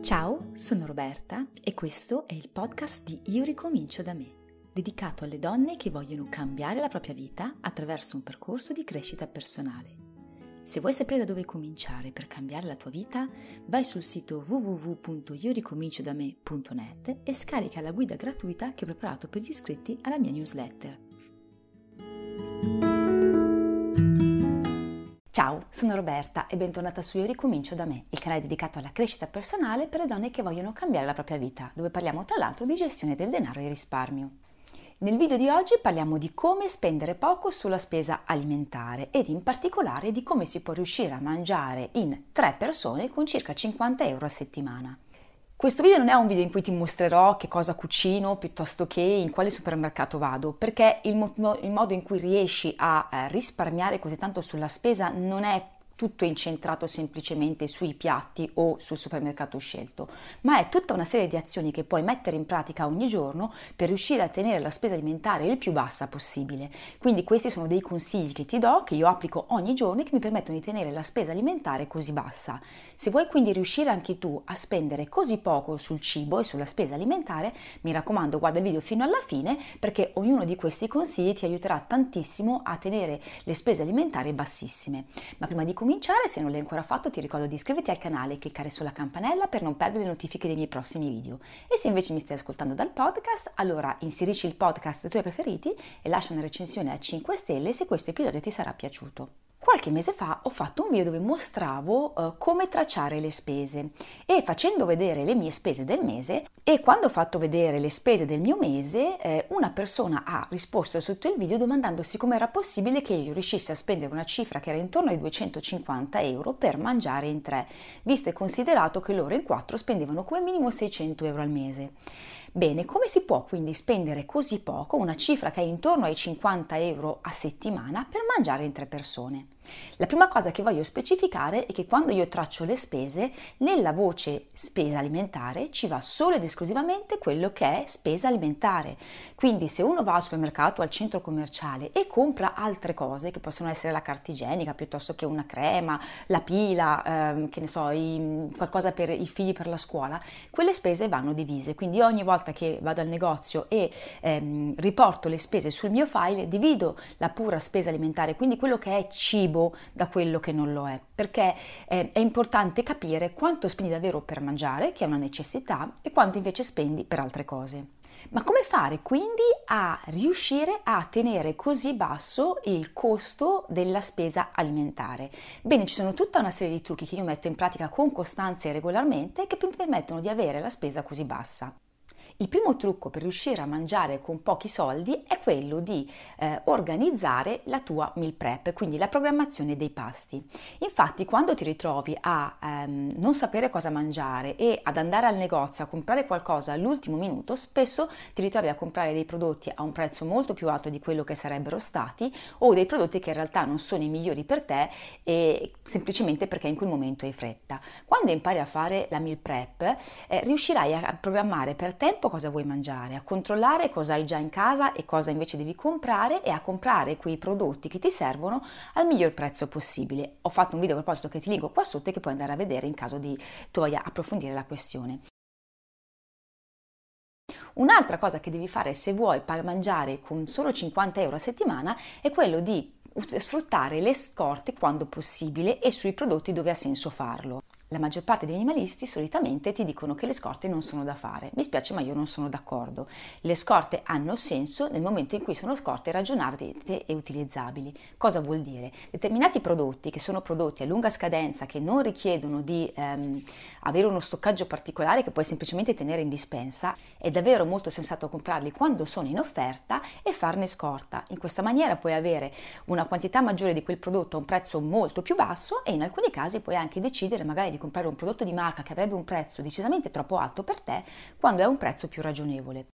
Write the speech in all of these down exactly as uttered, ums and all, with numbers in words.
Ciao, sono Roberta e questo è il podcast di Io ricomincio da me, dedicato alle donne che vogliono cambiare la propria vita attraverso un percorso di crescita personale. Se vuoi sapere da dove cominciare per cambiare la tua vita, vai sul sito w w w punto io ricomincio da me punto net e scarica la guida gratuita che ho preparato per gli iscritti alla mia newsletter. Ciao, sono Roberta e bentornata su Io ricomincio da me, il canale dedicato alla crescita personale per le donne che vogliono cambiare la propria vita, dove parliamo tra l'altro di gestione del denaro e risparmio. Nel video di oggi parliamo di come spendere poco sulla spesa alimentare ed in particolare di come si può riuscire a mangiare in tre persone con circa cinquanta euro a settimana. Questo video non è un video in cui ti mostrerò che cosa cucino piuttosto che in quale supermercato vado, perché il, mo- il modo in cui riesci a eh, risparmiare così tanto sulla spesa non è tutto incentrato semplicemente sui piatti o sul supermercato scelto, ma è tutta una serie di azioni che puoi mettere in pratica ogni giorno per riuscire a tenere la spesa alimentare il più bassa possibile. Quindi questi sono dei consigli che ti do, che io applico ogni giorno e che mi permettono di tenere la spesa alimentare così bassa. Se vuoi quindi riuscire anche tu a spendere così poco sul cibo e sulla spesa alimentare, mi raccomando, guarda il video fino alla fine, perché ognuno di questi consigli ti aiuterà tantissimo a tenere le spese alimentari bassissime. Ma prima di cominciare, se non l'hai ancora fatto, ti ricordo di iscriverti al canale e cliccare sulla campanella per non perdere le notifiche dei miei prossimi video. E se invece mi stai ascoltando dal podcast, allora inserisci il podcast dei tuoi preferiti e lascia una recensione a cinque stelle se questo episodio ti sarà piaciuto. Qualche mese fa ho fatto un video dove mostravo uh, come tracciare le spese e facendo vedere le mie spese del mese, e quando ho fatto vedere le spese del mio mese eh, una persona ha risposto sotto il video domandandosi come era possibile che io riuscissi a spendere una cifra che era intorno ai duecentocinquanta euro per mangiare in tre, visto e considerato che loro in quattro spendevano come minimo seicento euro al mese. Bene, come si può quindi spendere così poco, una cifra che è intorno ai cinquanta euro a settimana, per mangiare in tre persone? La prima cosa che voglio specificare è che quando io traccio le spese, nella voce spesa alimentare ci va solo ed esclusivamente quello che è spesa alimentare. Quindi se uno va al supermercato o al centro commerciale e compra altre cose, che possono essere la carta igienica piuttosto che una crema, la pila, ehm, che ne so, i, qualcosa per i figli per la scuola, quelle spese vanno divise. Quindi ogni volta che vado al negozio e ehm, riporto le spese sul mio file, divido la pura spesa alimentare, quindi quello che è cibo, da quello che non lo è, perché eh, è importante capire quanto spendi davvero per mangiare, che è una necessità, e quanto invece spendi per altre cose. Ma come fare quindi a riuscire a tenere così basso il costo della spesa alimentare? Bene, ci sono tutta una serie di trucchi che io metto in pratica con costanza e regolarmente che mi permettono di avere la spesa così bassa. Il primo trucco per riuscire a mangiare con pochi soldi è quello di eh, organizzare la tua meal prep, quindi la programmazione dei pasti. Infatti, quando ti ritrovi a ehm, non sapere cosa mangiare e ad andare al negozio a comprare qualcosa all'ultimo minuto, spesso ti ritrovi a comprare dei prodotti a un prezzo molto più alto di quello che sarebbero stati, o dei prodotti che in realtà non sono i migliori per te, e semplicemente perché in quel momento hai fretta. Quando impari a fare la meal prep, eh, riuscirai a programmare per tempo cosa vuoi mangiare, a controllare cosa hai già in casa e cosa invece devi comprare, e a comprare quei prodotti che ti servono al miglior prezzo possibile. Ho fatto un video a proposito che ti linko qua sotto e che puoi andare a vedere in caso di tu voglia approfondire la questione. Un'altra cosa che devi fare se vuoi mangiare con solo cinquanta euro a settimana è quello di sfruttare le scorte quando possibile e sui prodotti dove ha senso farlo. La maggior parte dei minimalisti solitamente ti dicono che le scorte non sono da fare. Mi spiace, ma io non sono d'accordo. Le scorte hanno senso nel momento in cui sono scorte ragionabili e utilizzabili. Cosa vuol dire? Determinati prodotti, che sono prodotti a lunga scadenza, che non richiedono di ehm, avere uno stoccaggio particolare che puoi semplicemente tenere in dispensa, è davvero molto sensato comprarli quando sono in offerta e farne scorta. In questa maniera puoi avere una quantità maggiore di quel prodotto a un prezzo molto più basso, e in alcuni casi puoi anche decidere magari di comprare un prodotto di marca che avrebbe un prezzo decisamente troppo alto per te quando è un prezzo più ragionevole.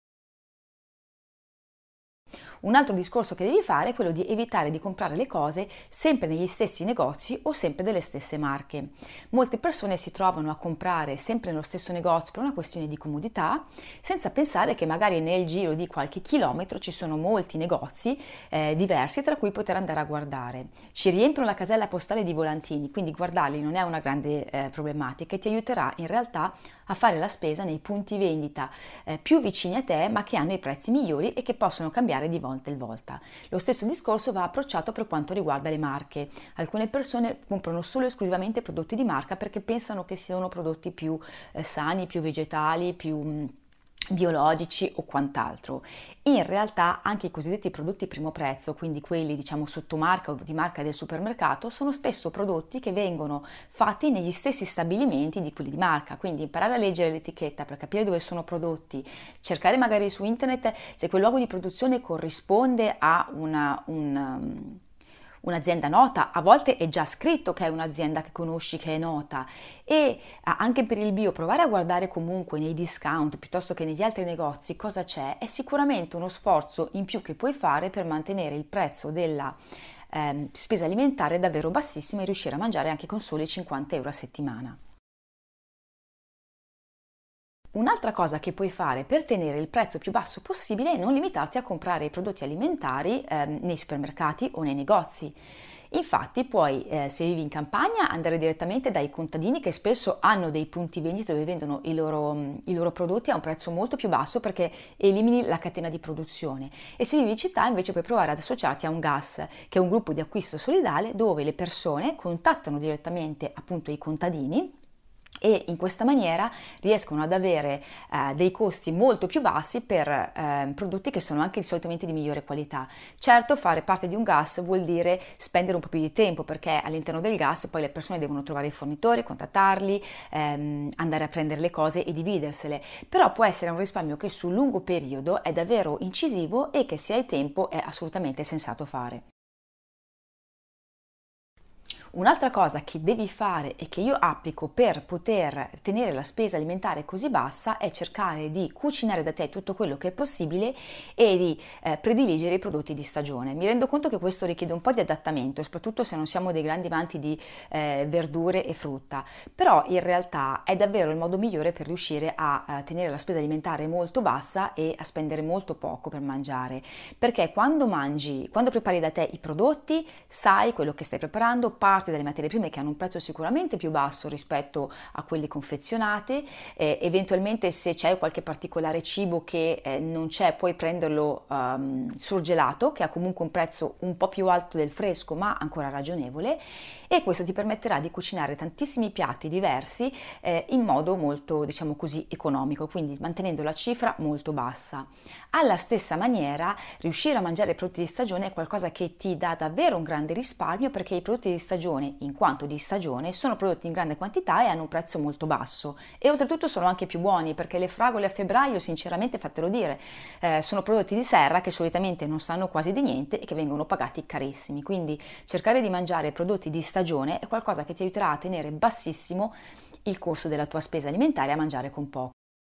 Un altro discorso che devi fare è quello di evitare di comprare le cose sempre negli stessi negozi o sempre delle stesse marche. Molte persone si trovano a comprare sempre nello stesso negozio per una questione di comodità, senza pensare che magari nel giro di qualche chilometro ci sono molti negozi eh, diversi tra cui poter andare a guardare. Ci riempiono la casella postale di volantini, quindi guardarli non è una grande eh, problematica e ti aiuterà in realtà a fare la spesa nei punti vendita eh, più vicini a te, ma che hanno i prezzi migliori e che possono cambiare di volta in volta. Lo stesso discorso va approcciato per quanto riguarda le marche. Alcune persone comprano solo e esclusivamente prodotti di marca perché pensano che siano prodotti più eh, sani, più vegetali, più mh, biologici o quant'altro. In realtà anche i cosiddetti prodotti primo prezzo, quindi quelli diciamo sottomarca o di marca del supermercato, sono spesso prodotti che vengono fatti negli stessi stabilimenti di quelli di marca, quindi imparare a leggere l'etichetta per capire dove sono prodotti, cercare magari su internet se quel luogo di produzione corrisponde a una, un un'azienda nota, a volte è già scritto che è un'azienda che conosci, che è nota, e anche per il bio provare a guardare comunque nei discount piuttosto che negli altri negozi cosa c'è è sicuramente uno sforzo in più che puoi fare per mantenere il prezzo della eh, spesa alimentare davvero bassissima e riuscire a mangiare anche con soli cinquanta euro a settimana. Un'altra cosa che puoi fare per tenere il prezzo più basso possibile è non limitarti a comprare i prodotti alimentari ehm, nei supermercati o nei negozi. Infatti puoi, eh, se vivi in campagna, andare direttamente dai contadini che spesso hanno dei punti vendita dove vendono i loro, i loro prodotti a un prezzo molto più basso perché elimini la catena di produzione. E se vivi in città invece puoi provare ad associarti a un G A S, che è un gruppo di acquisto solidale dove le persone contattano direttamente appunto i contadini e in questa maniera riescono ad avere eh, dei costi molto più bassi per eh, prodotti che sono anche solitamente di migliore qualità. Certo, fare parte di un G A S vuol dire spendere un po' più di tempo perché all'interno del G A S poi le persone devono trovare i fornitori, contattarli, ehm, andare a prendere le cose e dividersele, però può essere un risparmio che sul lungo periodo è davvero incisivo e che se hai tempo è assolutamente sensato fare. Un'altra cosa che devi fare e che io applico per poter tenere la spesa alimentare così bassa è cercare di cucinare da te tutto quello che è possibile e di eh, prediligere i prodotti di stagione. Mi rendo conto che questo richiede un po' di adattamento, soprattutto se non siamo dei grandi amanti di eh, verdure e frutta, però in realtà è davvero il modo migliore per riuscire a, a tenere la spesa alimentare molto bassa e a spendere molto poco per mangiare, perché quando mangi, quando prepari da te i prodotti, sai quello che stai preparando, parte dalle materie prime che hanno un prezzo sicuramente più basso rispetto a quelli confezionati, eh, eventualmente se c'è qualche particolare cibo che eh, non c'è puoi prenderlo um, surgelato che ha comunque un prezzo un po' più alto del fresco ma ancora ragionevole, e questo ti permetterà di cucinare tantissimi piatti diversi eh, in modo molto, diciamo così, economico, quindi mantenendo la cifra molto bassa. Alla stessa maniera riuscire a mangiare prodotti di stagione è qualcosa che ti dà davvero un grande risparmio perché i prodotti di stagione, in quanto di stagione, sono prodotti in grande quantità e hanno un prezzo molto basso e oltretutto sono anche più buoni perché le fragole a febbraio, sinceramente fatelo dire, eh, sono prodotti di serra che solitamente non sanno quasi di niente e che vengono pagati carissimi, quindi cercare di mangiare prodotti di stagione è qualcosa che ti aiuterà a tenere bassissimo il costo della tua spesa alimentare e a mangiare con poco.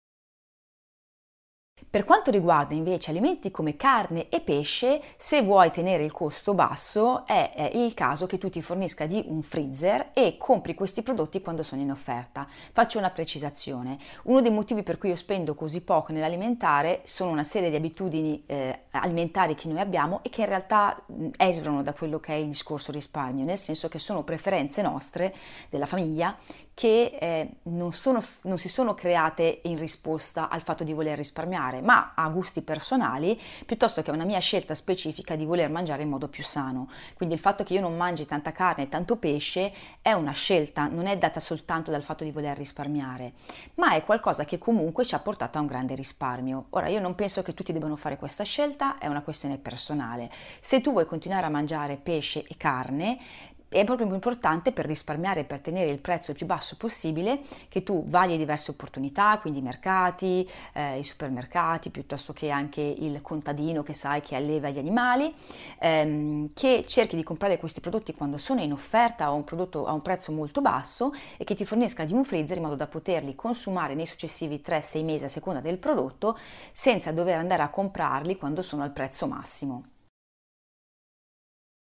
Per quanto riguarda invece alimenti come carne e pesce, se vuoi tenere il costo basso è, è il caso che tu ti fornisca di un freezer e compri questi prodotti quando sono in offerta. Faccio una precisazione. Uno dei motivi per cui io spendo così poco nell'alimentare sono una serie di abitudini eh, alimentari che noi abbiamo e che in realtà mh, esulano da quello che è il discorso risparmio, nel senso che sono preferenze nostre, della famiglia, che eh, non, sono, non si sono create in risposta al fatto di voler risparmiare, ma a gusti personali, piuttosto che a una mia scelta specifica di voler mangiare in modo più sano. Quindi il fatto che io non mangi tanta carne e tanto pesce è una scelta, non è data soltanto dal fatto di voler risparmiare, ma è qualcosa che comunque ci ha portato a un grande risparmio. Ora, io non penso che tutti debbano fare questa scelta, è una questione personale. Se tu vuoi continuare a mangiare pesce e carne, è proprio importante per risparmiare e per tenere il prezzo il più basso possibile che tu vagli diverse opportunità, quindi i mercati, eh, i supermercati, piuttosto che anche il contadino che sai che alleva gli animali, ehm, che cerchi di comprare questi prodotti quando sono in offerta a un prodotto a un prezzo molto basso e che ti fornisca di un freezer in modo da poterli consumare nei successivi tre sei mesi a seconda del prodotto senza dover andare a comprarli quando sono al prezzo massimo.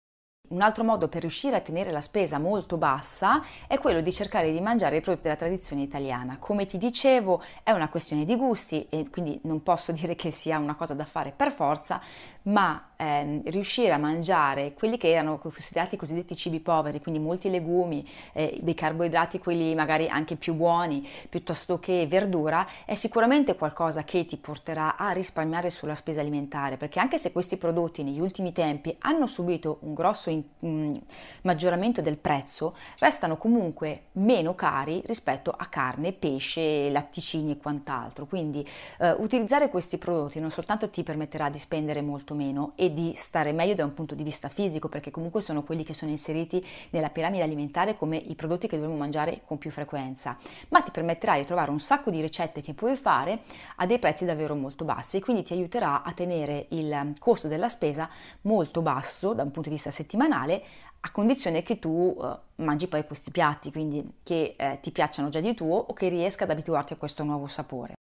Un altro modo per riuscire a tenere la spesa molto bassa è quello di cercare di mangiare i prodotti della tradizione italiana. Come ti dicevo, è una questione di gusti e quindi non posso dire che sia una cosa da fare per forza, ma ehm, riuscire a mangiare quelli che erano considerati i cosiddetti cibi poveri, quindi molti legumi, eh, dei carboidrati, quelli magari anche più buoni, piuttosto che verdura, è sicuramente qualcosa che ti porterà a risparmiare sulla spesa alimentare, perché anche se questi prodotti negli ultimi tempi hanno subito un grosso mh, maggioramento del prezzo, restano comunque meno cari rispetto a carne, pesce, latticini e quant'altro. Quindi eh, utilizzare questi prodotti non soltanto ti permetterà di spendere molto meno e di stare meglio da un punto di vista fisico, perché comunque sono quelli che sono inseriti nella piramide alimentare come i prodotti che dovremmo mangiare con più frequenza, ma ti permetterà di trovare un sacco di ricette che puoi fare a dei prezzi davvero molto bassi e quindi ti aiuterà a tenere il costo della spesa molto basso da un punto di vista settimanale, a condizione che tu eh, mangi poi questi piatti, quindi che eh, ti piacciono già di tuo o che riesca ad abituarti a questo nuovo sapore.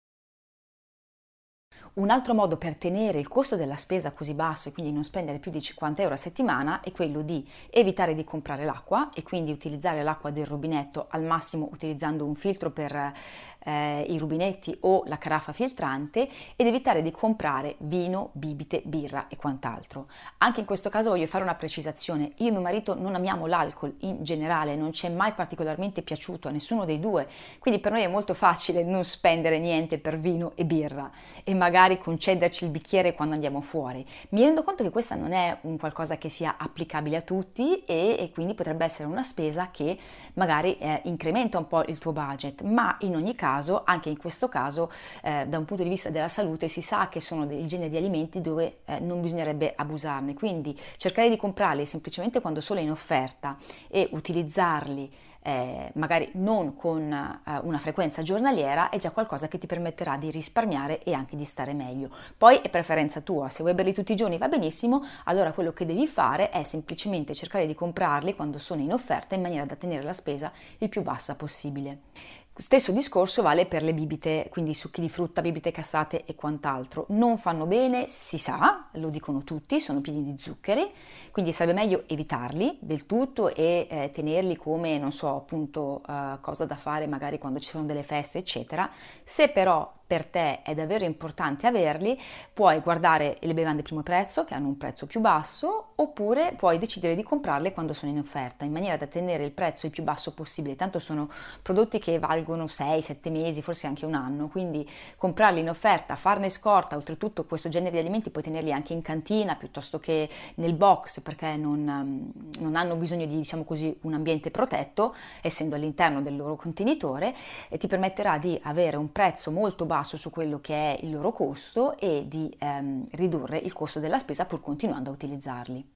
Un altro modo per tenere il costo della spesa così basso e quindi non spendere più di cinquanta euro a settimana è quello di evitare di comprare l'acqua e quindi utilizzare l'acqua del rubinetto, al massimo utilizzando un filtro per eh, i rubinetti o la caraffa filtrante, ed evitare di comprare vino, bibite, birra e quant'altro. Anche in questo caso voglio fare una precisazione: io e mio marito non amiamo l'alcol in generale, non ci è mai particolarmente piaciuto a nessuno dei due, quindi per noi è molto facile non spendere niente per vino e birra e magari concederci il bicchiere quando andiamo fuori. Mi rendo conto che questa non è un qualcosa che sia applicabile a tutti e, e quindi potrebbe essere una spesa che magari eh, incrementa un po' il tuo budget, ma in ogni caso, anche in questo caso, eh, da un punto di vista della salute si sa che sono dei generi di alimenti dove eh, non bisognerebbe abusarne, quindi cercare di comprarli semplicemente quando sono in offerta e utilizzarli Eh, magari non con eh, una frequenza giornaliera è già qualcosa che ti permetterà di risparmiare e anche di stare meglio. Poi è preferenza tua, se vuoi berli tutti i giorni va benissimo, allora quello che devi fare è semplicemente cercare di comprarli quando sono in offerta in maniera da tenere la spesa il più bassa possibile. Stesso discorso vale per le bibite, quindi succhi di frutta, bibite gassate e quant'altro. Non fanno bene, si sa, lo dicono tutti, sono pieni di zuccheri, quindi sarebbe meglio evitarli del tutto e eh, tenerli come, non so, appunto, eh, cosa da fare magari quando ci sono delle feste, eccetera. Se però per te è davvero importante averli, puoi guardare le bevande primo prezzo, che hanno un prezzo più basso, oppure puoi decidere di comprarle quando sono in offerta, in maniera da tenere il prezzo il più basso possibile. Tanto sono prodotti che valgono sei sette mesi, forse anche un anno, quindi comprarli in offerta, farne scorta. Oltretutto questo genere di alimenti puoi tenerli anche in cantina piuttosto che nel box, perché non, non hanno bisogno di, diciamo così, un ambiente protetto, essendo all'interno del loro contenitore, e ti permetterà di avere un prezzo molto basso su quello che è il loro costo e di ehm, ridurre il costo della spesa pur continuando a utilizzarli.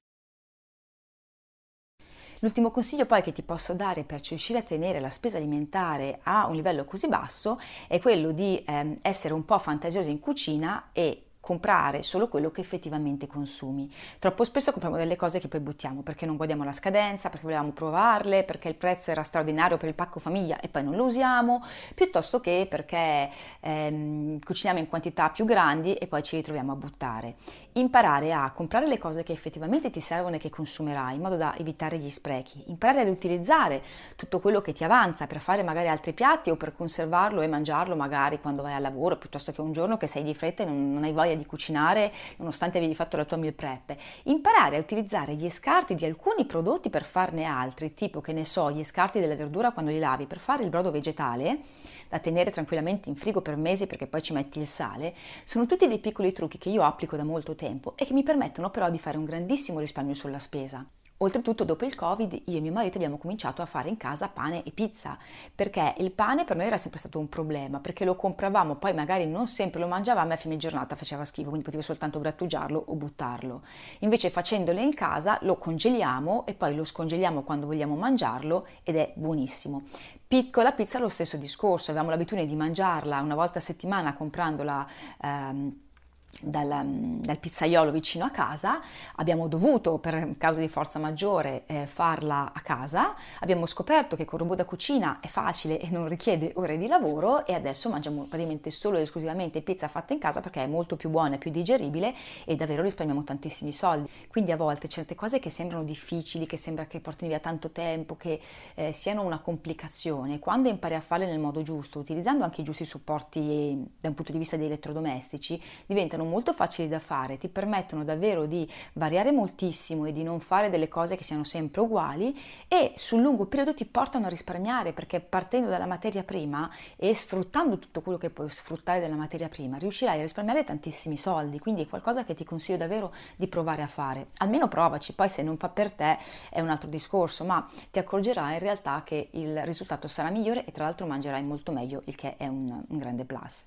L'ultimo consiglio poi che ti posso dare per riuscire a tenere la spesa alimentare a un livello così basso è quello di ehm, essere un po' fantasiosi in cucina e comprare solo quello che effettivamente consumi. Troppo spesso compriamo delle cose che poi buttiamo perché non guardiamo la scadenza, perché volevamo provarle, perché il prezzo era straordinario per il pacco famiglia e poi non lo usiamo, piuttosto che perché ehm, cuciniamo in quantità più grandi e poi ci ritroviamo a buttare. Imparare a comprare le cose che effettivamente ti servono e che consumerai, in modo da evitare gli sprechi. Imparare ad utilizzare tutto quello che ti avanza per fare magari altri piatti o per conservarlo e mangiarlo magari quando vai al lavoro, piuttosto che un giorno che sei di fretta e non, non hai voglia di cucinare nonostante avevi fatto la tua meal prep. Imparare a utilizzare gli scarti di alcuni prodotti per farne altri, tipo, che ne so, gli scarti della verdura quando li lavi per fare il brodo vegetale da tenere tranquillamente in frigo per mesi perché poi ci metti il sale. Sono tutti dei piccoli trucchi che io applico da molto tempo e che mi permettono però di fare un grandissimo risparmio sulla spesa. Oltretutto, dopo il Covid, io e mio marito abbiamo cominciato a fare in casa pane e pizza, perché il pane per noi era sempre stato un problema, perché lo compravamo, poi magari non sempre lo mangiavamo e a fine giornata faceva schifo, quindi potevi soltanto grattugiarlo o buttarlo. Invece facendolo in casa lo congeliamo e poi lo scongeliamo quando vogliamo mangiarlo ed è buonissimo. Piccola pizza lo stesso discorso, avevamo l'abitudine di mangiarla una volta a settimana comprandola ehm, dal, dal pizzaiolo vicino a casa, abbiamo dovuto per causa di forza maggiore eh, farla a casa, abbiamo scoperto che con il robot da cucina è facile e non richiede ore di lavoro e adesso mangiamo praticamente solo ed esclusivamente pizza fatta in casa perché è molto più buona, è più digeribile e davvero risparmiamo tantissimi soldi. Quindi a volte certe cose che sembrano difficili, che sembra che portino via tanto tempo, che eh, siano una complicazione, quando impari a farle nel modo giusto, utilizzando anche i giusti supporti da un punto di vista dei elettrodomestici, diventano molto facili da fare, ti permettono davvero di variare moltissimo e di non fare delle cose che siano sempre uguali e sul lungo periodo ti portano a risparmiare perché partendo dalla materia prima e sfruttando tutto quello che puoi sfruttare della materia prima riuscirai a risparmiare tantissimi soldi, quindi è qualcosa che ti consiglio davvero di provare a fare. Almeno provaci, poi se non fa per te è un altro discorso, ma ti accorgerai in realtà che il risultato sarà migliore e tra l'altro mangerai molto meglio, il che è un, un grande plus.